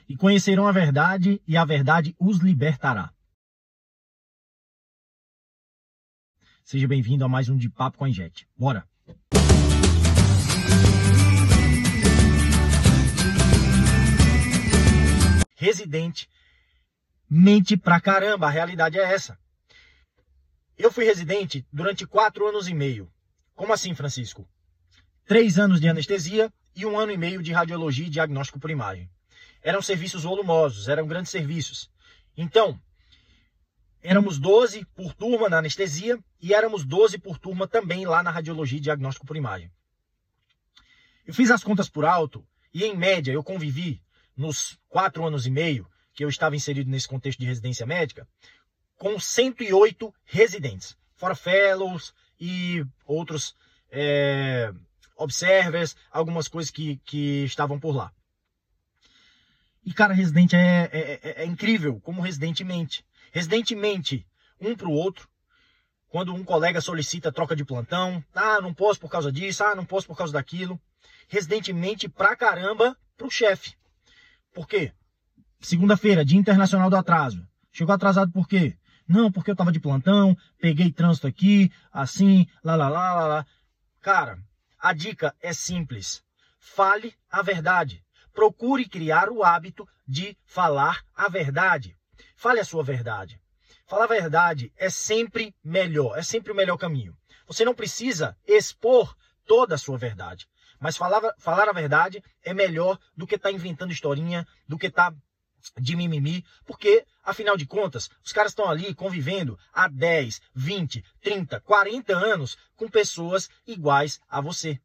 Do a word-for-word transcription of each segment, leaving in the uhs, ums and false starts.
e conhecerão a verdade, e a verdade os libertará. Seja bem-vindo a mais um De Papo com a Injet. Bora! Residente mente pra caramba, a realidade é essa. Eu fui residente durante quatro anos e meio. Como assim, Francisco? Três anos de anestesia e um ano e meio de radiologia e diagnóstico por imagem. Eram serviços volumosos, eram grandes serviços. Então, éramos doze por turma na anestesia e éramos doze por turma também lá na radiologia e diagnóstico por imagem. Eu fiz as contas por alto e, em média, eu convivi nos quatro anos e meio que eu estava inserido nesse contexto de residência médica, com cento e oito residentes, fora fellows e outros é, observers, algumas coisas que, que estavam por lá. E, cara, residente é, é, é, é incrível como residente mente. Residente mente um para o outro. Quando um colega solicita troca de plantão, ah, não posso por causa disso, ah, não posso por causa daquilo. Residente mente pra caramba pro chefe. Por quê? Segunda-feira, Dia Internacional do Atraso. Chegou atrasado por quê? Não, porque eu tava de plantão, peguei trânsito aqui, assim, lá, lá, lá, lá, lá. Cara, a dica é simples. Fale a verdade. Procure criar o hábito de falar a verdade. Fale a sua verdade. Falar a verdade é sempre melhor, é sempre o melhor caminho. Você não precisa expor toda a sua verdade. Mas falar, falar a verdade é melhor do que estar tá inventando historinha, do que estar tá de mimimi, porque, afinal de contas, os caras estão ali convivendo há dez, vinte, trinta, quarenta anos com pessoas iguais a você.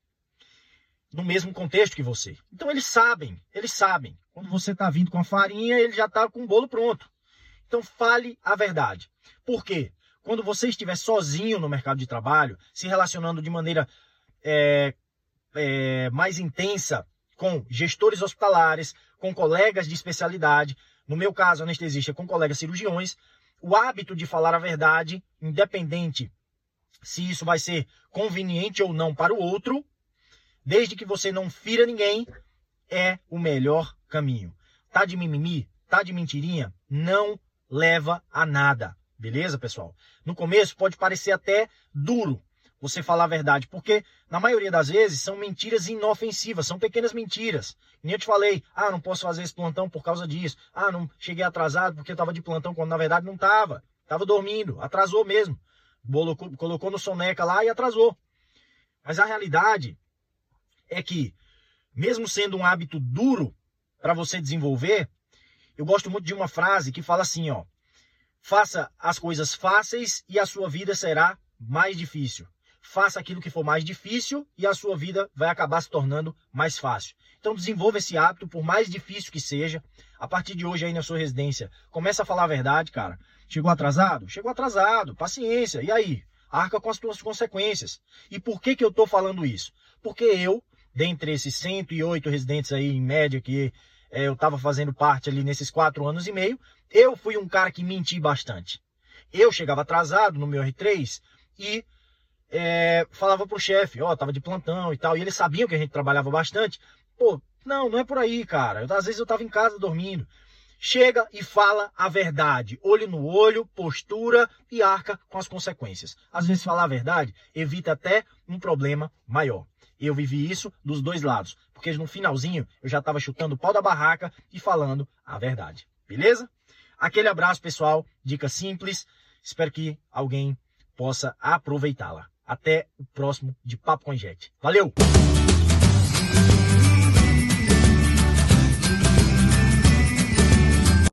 No mesmo contexto que você. Então eles sabem, eles sabem. Quando você está vindo com a farinha, ele já está com o bolo pronto. Então fale a verdade. Por quê? Quando você estiver sozinho no mercado de trabalho, se relacionando de maneira é, é, mais intensa com gestores hospitalares, com colegas de especialidade, no meu caso, anestesista, com colegas cirurgiões, o hábito de falar a verdade, independente se isso vai ser conveniente ou não para o outro, desde que você não fira ninguém, é o melhor caminho. Tá de mimimi? Tá de mentirinha? Não leva a nada. Beleza, pessoal? No começo pode parecer até duro você falar a verdade, porque na maioria das vezes são mentiras inofensivas, são pequenas mentiras. E nem eu te falei, ah, não posso fazer esse plantão por causa disso. Ah, não cheguei atrasado porque eu estava de plantão, quando na verdade não estava. Estava dormindo, atrasou mesmo. Colocou, colocou no soneca lá e atrasou. Mas a realidade é que, mesmo sendo um hábito duro para você desenvolver, eu gosto muito de uma frase que fala assim, ó, faça as coisas fáceis e a sua vida será mais difícil. Faça aquilo que for mais difícil e a sua vida vai acabar se tornando mais fácil. Então desenvolva esse hábito, por mais difícil que seja. A partir de hoje aí na sua residência, começa a falar a verdade, cara. Chegou atrasado? Chegou atrasado, paciência. E aí? Arca com as suas consequências. E por que que eu tô falando isso? Porque eu, dentre esses cento e oito residentes aí, em média, que é, eu estava fazendo parte ali nesses quatro anos e meio, eu fui um cara que menti bastante. Eu chegava atrasado no meu R três e é, falava pro chefe, ó, oh, tava de plantão e tal, e eles sabiam que a gente trabalhava bastante. Pô, não, não é por aí, cara. Eu, às vezes eu tava em casa dormindo. Chega e fala a verdade, olho no olho, postura e arca com as consequências. Às vezes falar a verdade evita até um problema maior. Eu vivi isso dos dois lados, porque no finalzinho eu já estava chutando o pau da barraca e falando a verdade. Beleza? Aquele abraço, pessoal. Dica simples. Espero que alguém possa aproveitá-la. Até o próximo De Papo com a Injet. Valeu!